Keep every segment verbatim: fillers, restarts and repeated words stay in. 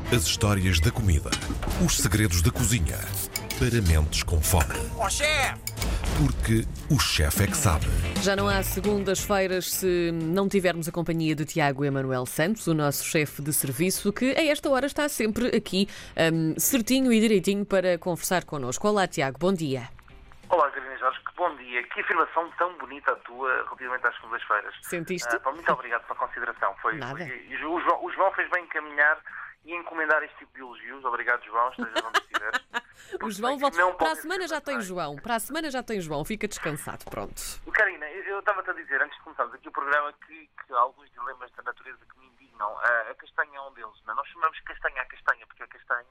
As histórias da comida. Os segredos da cozinha. Para mentes com fome. Ó chefe! Porque o chefe é que sabe. Já não há segundas-feiras se não tivermos a companhia de Tiago Emanuel Santos, o nosso chefe de serviço, que a esta hora está sempre aqui, um, certinho e direitinho, para conversar connosco. Olá, Tiago, bom dia. Olá, Carina Jorge, que bom dia. Que afirmação tão bonita a tua relativamente às segundas-feiras. Sentiste? Uh, muito obrigado pela consideração. Foi, Nada. Foi, e o, João, o João fez bem encaminhar e encomendar este tipo de elogios. Obrigado, João, esteja onde estiveres. O João volta. Não Para a pode semana ser já tem mais. João. Para a semana já tem João. Fica descansado, pronto. Karina, eu eu estava-te a dizer, antes de começarmos aqui o programa, que, que há alguns dilemas da natureza que me indignam. Uh, a castanha é um deles. Não é? Nós chamamos castanha à castanha porque é castanha.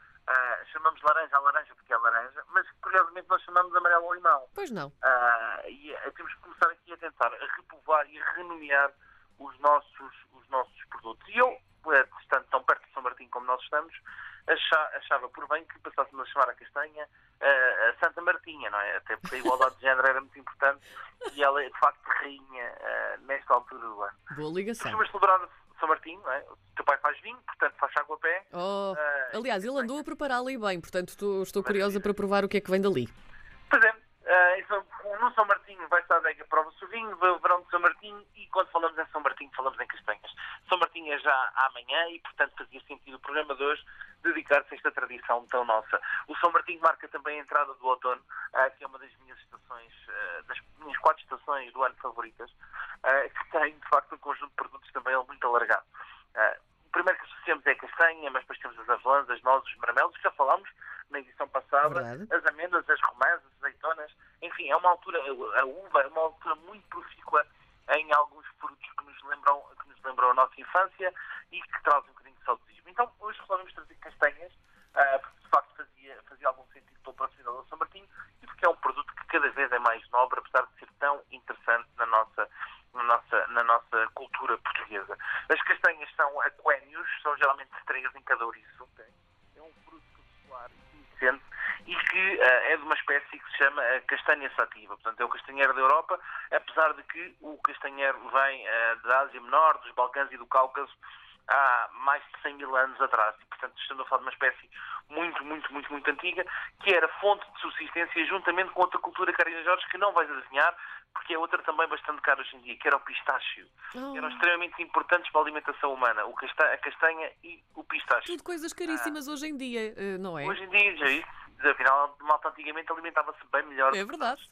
Uh, chamamos laranja à laranja porque é laranja, mas curiosamente nós chamamos amarelo ao limão. Pois não. Uh, e uh, temos que começar aqui a tentar a repovoar e a renomear os nossos, os nossos produtos. E eu, uh, estando tão perto de São Martinho como nós estamos, achava, achava por bem que passássemos a chamar a castanha uh, a Santa Martinha, não é? Até porque a igualdade de género era muito importante e ela é de facto rainha uh, nesta altura do ano. Boa ligação. Costumas celebrar São Martinho, não é? O teu pai faz vinho, portanto faz água a pé. Oh, Uh, aliás, ele andou a prepará-lo ali bem, portanto estou, estou curiosa para provar o que é que vem dali. Pois é, uh, isso, no São Martinho vai-se à adega prova-se o vinho, vai o verão de São Martinho e quando falamos em São Martinho falamos em castanhas. São Martinho é já amanhã e portanto fazia sentido o programa de hoje dedicar-se a esta tradição tão nossa. O São Martinho marca também a entrada do outono, uh, que é uma das minhas estações, uh, das minhas quatro estações do ano favoritas, uh, que tem de facto um conjunto de produtos também muito alargado. Uh, O primeiro que associamos é a castanha, mas depois temos as avelãs, as nozes, os marmelos, que já falámos na edição passada, Verdade. as amêndoas, as romãs, as azeitonas, enfim, é uma altura, a uva é uma altura muito profícua em alguns frutos que nos lembram, que nos lembram a nossa infância e que trazem um bocadinho de saudosismo. Então, hoje resolvemos trazer castanhas, uh, porque de facto fazia, fazia algum sentido pela proximidade do São Martinho e porque é um produto que cada vez é mais nobre, apesar de ser tão interessante na nossa Na nossa, na nossa cultura portuguesa. As castanhas são aquénios, são geralmente três em cada ouriço. É um fruto capsular inocente e que uh, é de uma espécie que se chama a castanha sativa. Portanto, é o castanheiro da Europa, apesar de que o castanheiro vem uh, da Ásia Menor, dos Balcãs e do Cáucaso há mais de cem mil anos atrás. E, portanto, estamos a falar de uma espécie muito, muito, muito, muito antiga, que era fonte de subsistência juntamente com outra cultura, Carina Jorge, que não vais adivinhar, porque é outra também bastante cara hoje em dia, que era o pistácio. Oh. Eram extremamente importantes para a alimentação humana, o casta- a castanha e o pistácio. Tudo coisas caríssimas hoje em dia, eh, não é? Hoje em dia, já isso, afinal, malta antigamente alimentava-se bem melhor. É verdade.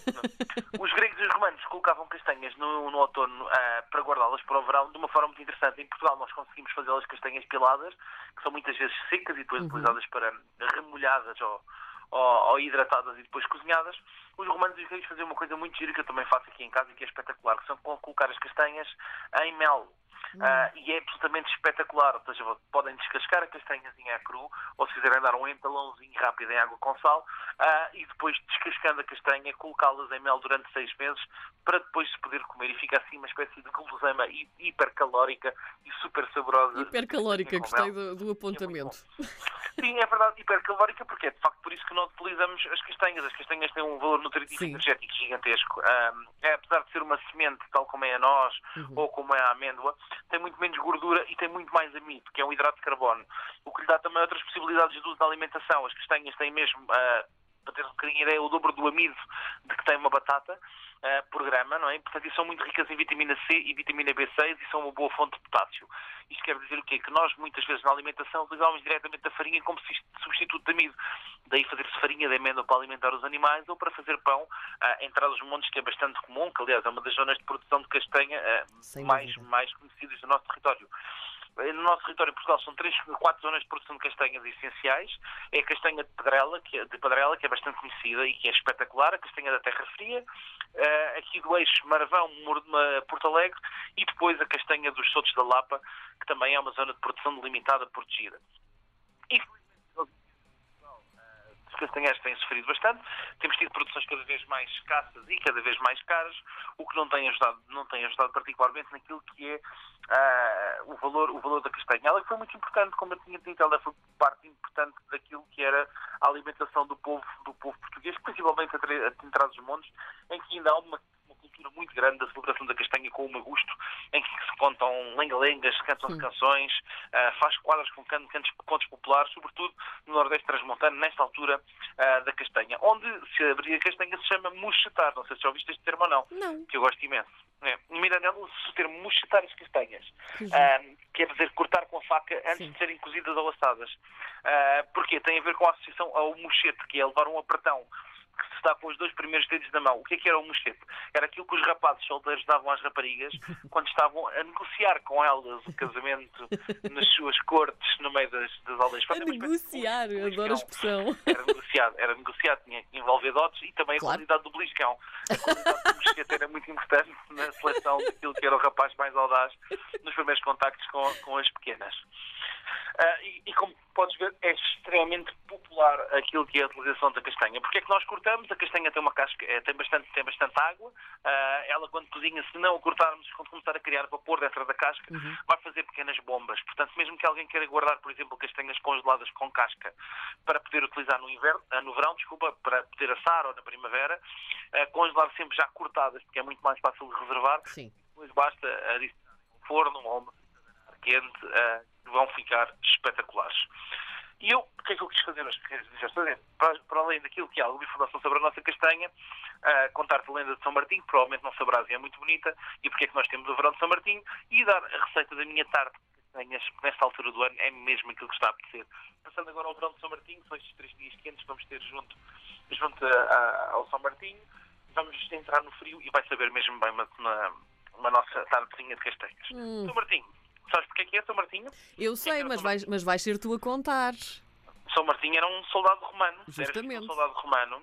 Os gregos e os romanos colocavam castanhas no, no outono uh, para guardá-las para o verão de uma forma muito interessante. Em Portugal nós conseguimos fazê-las castanhas piladas, que são muitas vezes secas e depois Uhum. utilizadas para remolhadas ou, ou, ou hidratadas e depois cozinhadas. Os romanos e os gregos faziam uma coisa muito gira que eu também faço aqui em casa e que é espetacular, que são colocar as castanhas em mel. Uh, e é absolutamente espetacular, ou seja, podem descascar a castanhazinha a cru, ou se quiserem dar um entalãozinho rápido em água com sal, uh, e depois descascando a castanha, colocá-las em mel durante seis meses, para depois se poder comer, e fica assim uma espécie de guloseima hi- hipercalórica e super saborosa. Hipercalórica, Com mel. gostei do, do apontamento. Sim, é verdade, hipercalórica, porque é de facto por isso que nós utilizamos as castanhas. As castanhas têm um valor nutritivo e Sim. energético gigantesco. Um, é, apesar de ser uma semente, tal como é a noz Uhum. ou como é a amêndoa, tem muito menos gordura e tem muito mais amido, que é um hidrato de carbono, o que lhe dá também outras possibilidades de uso na alimentação. As castanhas têm mesmo, uh, para ter um bocadinho de ideia, o dobro do amido de que tem uma batata uh, por grama, não é? Portanto, e são muito ricas em vitamina C e vitamina B seis e são uma boa fonte de potássio. Isto quer dizer o quê? Que nós, muitas vezes, na alimentação, utilizamos diretamente a farinha como substituto de amido. Daí fazer-se farinha de amêndoa para alimentar os animais ou para fazer pão uh, em Trás-os-Montes, que é bastante comum, que, aliás, é uma das zonas de produção de castanha Sem uh, mais, dúvida. mais conhecidas do nosso território. No nosso território em Portugal são três, quatro zonas de produção de castanhas essenciais. É a castanha de pedrela, que é, de pedrela, que é bastante conhecida e que é espetacular, a castanha da Terra Fria, uh, aqui do eixo Marvão, Porto Alegre, e depois a castanha dos Sotos da Lapa, que também é uma zona de produção delimitada protegida. E os castanheiros têm sofrido bastante, temos tido produções cada vez mais escassas e cada vez mais caras, o que não tem ajudado, não tem ajudado particularmente naquilo que é uh, o, valor, o valor da castanha. Ela foi muito importante, como eu tinha dito, ela foi parte importante daquilo que era a alimentação do povo, do povo português, principalmente em Trás-os-Montes, em que ainda há uma, uma cultura altura muito grande da celebração da castanha com o Magusto, em que se contam lenga-lengas, cantam-se canções, uh, faz quadros com can- cantos, contos populares, sobretudo no Nordeste Transmontano, nesta altura uh, da castanha. Onde se abrir a castanha se chama mochetar. Não sei se já ouviste este termo ou não, Não. que eu gosto imenso. É. Em Mirandela usa-se o termo mochetar as castanhas, Que uh, quer dizer cortar com a faca antes Sim. de serem cozidas ou assadas. Uh, porquê? Tem a ver com a associação ao mochete, que é levar um apertão que se está com os dois primeiros dedos da mão. O que é que era o mochete? Era aquilo que os rapazes solteiros davam às raparigas quando estavam a negociar com elas o casamento nas suas cortes, no meio das, das aldeias. A negociar, eu adoro a expressão. Era negociado, era negociado, tinha que envolver dotes e também a Claro. qualidade do beliscão. A qualidade do mochete era muito importante na seleção daquilo que era o rapaz mais audaz nos primeiros contactos com, com as pequenas. Uh, e, e como podes ver, é extremamente popular aquilo que é a utilização da castanha. Porque é que nós cortamos? A castanha tem uma casca, é, tem, bastante, tem bastante água. Uh, ela, quando cozinha, se não a cortarmos, quando começar a criar vapor dentro da casca, Uhum. vai fazer pequenas bombas. Portanto, mesmo que alguém queira guardar, por exemplo, castanhas congeladas com casca para poder utilizar no inverno, uh, no verão, desculpa, para poder assar ou na primavera, uh, congelar sempre já cortadas, porque é muito mais fácil de reservar. Sim. Depois basta adicionar um forno ou uma frigideira quente, uh, vão ficar espetaculares. E eu, o que é que eu quis fazer hoje? Já fazer, para, para além daquilo que há alguma informação sobre a nossa castanha, uh, contar-te a lenda de São Martinho, que provavelmente não sabrás e é muito bonita, e porque é que nós temos o verão de São Martinho, e dar a receita da minha tarte de castanhas, nesta altura do ano, é mesmo aquilo que está a apetecer. Passando agora ao verão de São Martinho, são estes três dias quentes que vamos ter junto, junto a, a, ao São Martinho, vamos entrar no frio e vai saber mesmo bem uma, uma, uma nossa tartezinha de castanhas. Hum. São Martinho. Sabes porque é que é São Martinho? Eu sei, mas vais, mas vais ser tu a contar. São Martinho era um soldado romano. Justamente. Era um soldado romano.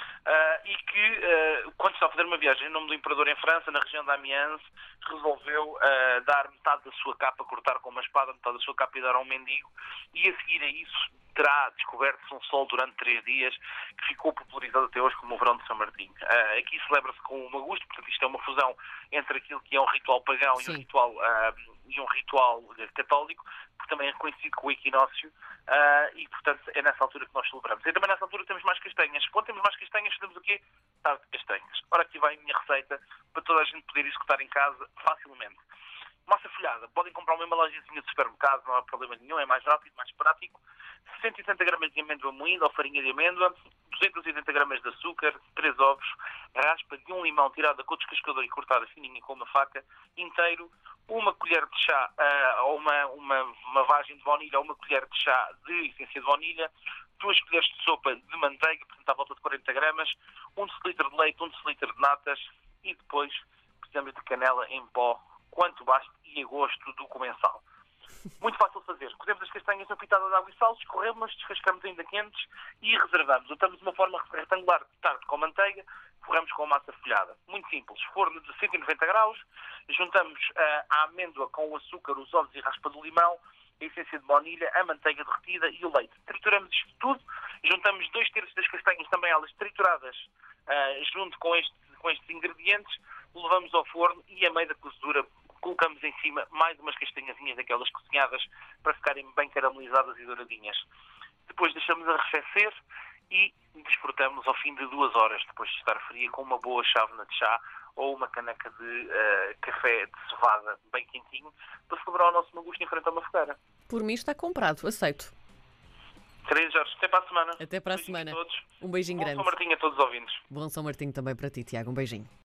Uh, e que, uh, quando estava a fazer uma viagem em nome do imperador em França, na região da Amiens, resolveu uh, dar metade da sua capa, cortar com uma espada metade da sua capa e dar a um mendigo. E a seguir a isso terá descoberto-se um sol durante três dias que ficou popularizado até hoje como o verão de São Martinho. Uh, aqui celebra-se com o Magusto, portanto isto é uma fusão entre aquilo que é um ritual pagão e um ritual, uh, e um ritual católico, que também é reconhecido com o equinócio, uh, e portanto é nessa altura que nós celebramos. E também nessa altura temos mais castanhas. Quando temos mais castanhas, temos o quê? Tarte de castanhas. Ora, aqui vai a minha receita para toda a gente poder executar em casa facilmente. Massa folhada. Podem comprar uma embalagenzinha de supermercado, não há problema nenhum, é mais rápido, mais prático. cento e oitenta gramas de amêndoa moída ou farinha de amêndoa, duzentos e oitenta gramas de açúcar, três ovos, raspa de um limão tirada com o descascador e cortada fininha com uma faca, inteiro, uma colher de chá, uh, ou uma, uma, uma vagem de baunilha ou uma colher de chá de essência de baunilha, duas colheres de sopa de manteiga, portanto à volta de quarenta gramas, um decilitro de leite, um decilitro de natas e depois precisamos de canela em pó, quanto basta e a gosto do comensal. Muito fácil de fazer. Cozemos as castanhas na pitada de água e sal, escorremos, descascamos ainda quentes e reservamos. Usamos uma forma retangular de tarte com manteiga, forramos com massa folhada. Muito simples. Forno de cento e noventa graus, juntamos uh, a amêndoa com o açúcar, os ovos e raspa do limão, a essência de baunilha, a manteiga derretida e o leite. Trituramos isto tudo, juntamos dois terços das castanhas, também elas trituradas, uh, junto com, este, com estes ingredientes, levamos ao forno e a meio da cozedura colocamos em cima mais umas castanhazinhas daquelas cozinhadas para ficarem bem caramelizadas e douradinhas. Depois deixamos arrefecer e desfrutamos ao fim de duas horas, depois de estar fria, com uma boa chávena de chá ou uma caneca de uh, café de cevada bem quentinho, para celebrar o nosso Magusto em frente a uma fogueira. Por mim está comprado, aceito. Teresa Jorge, até para a semana. Até para a Beijinho semana. A todos. Um beijinho Bom grande. São Martinho a todos os ouvintes. Bom São Martinho também para ti, Tiago. Um beijinho.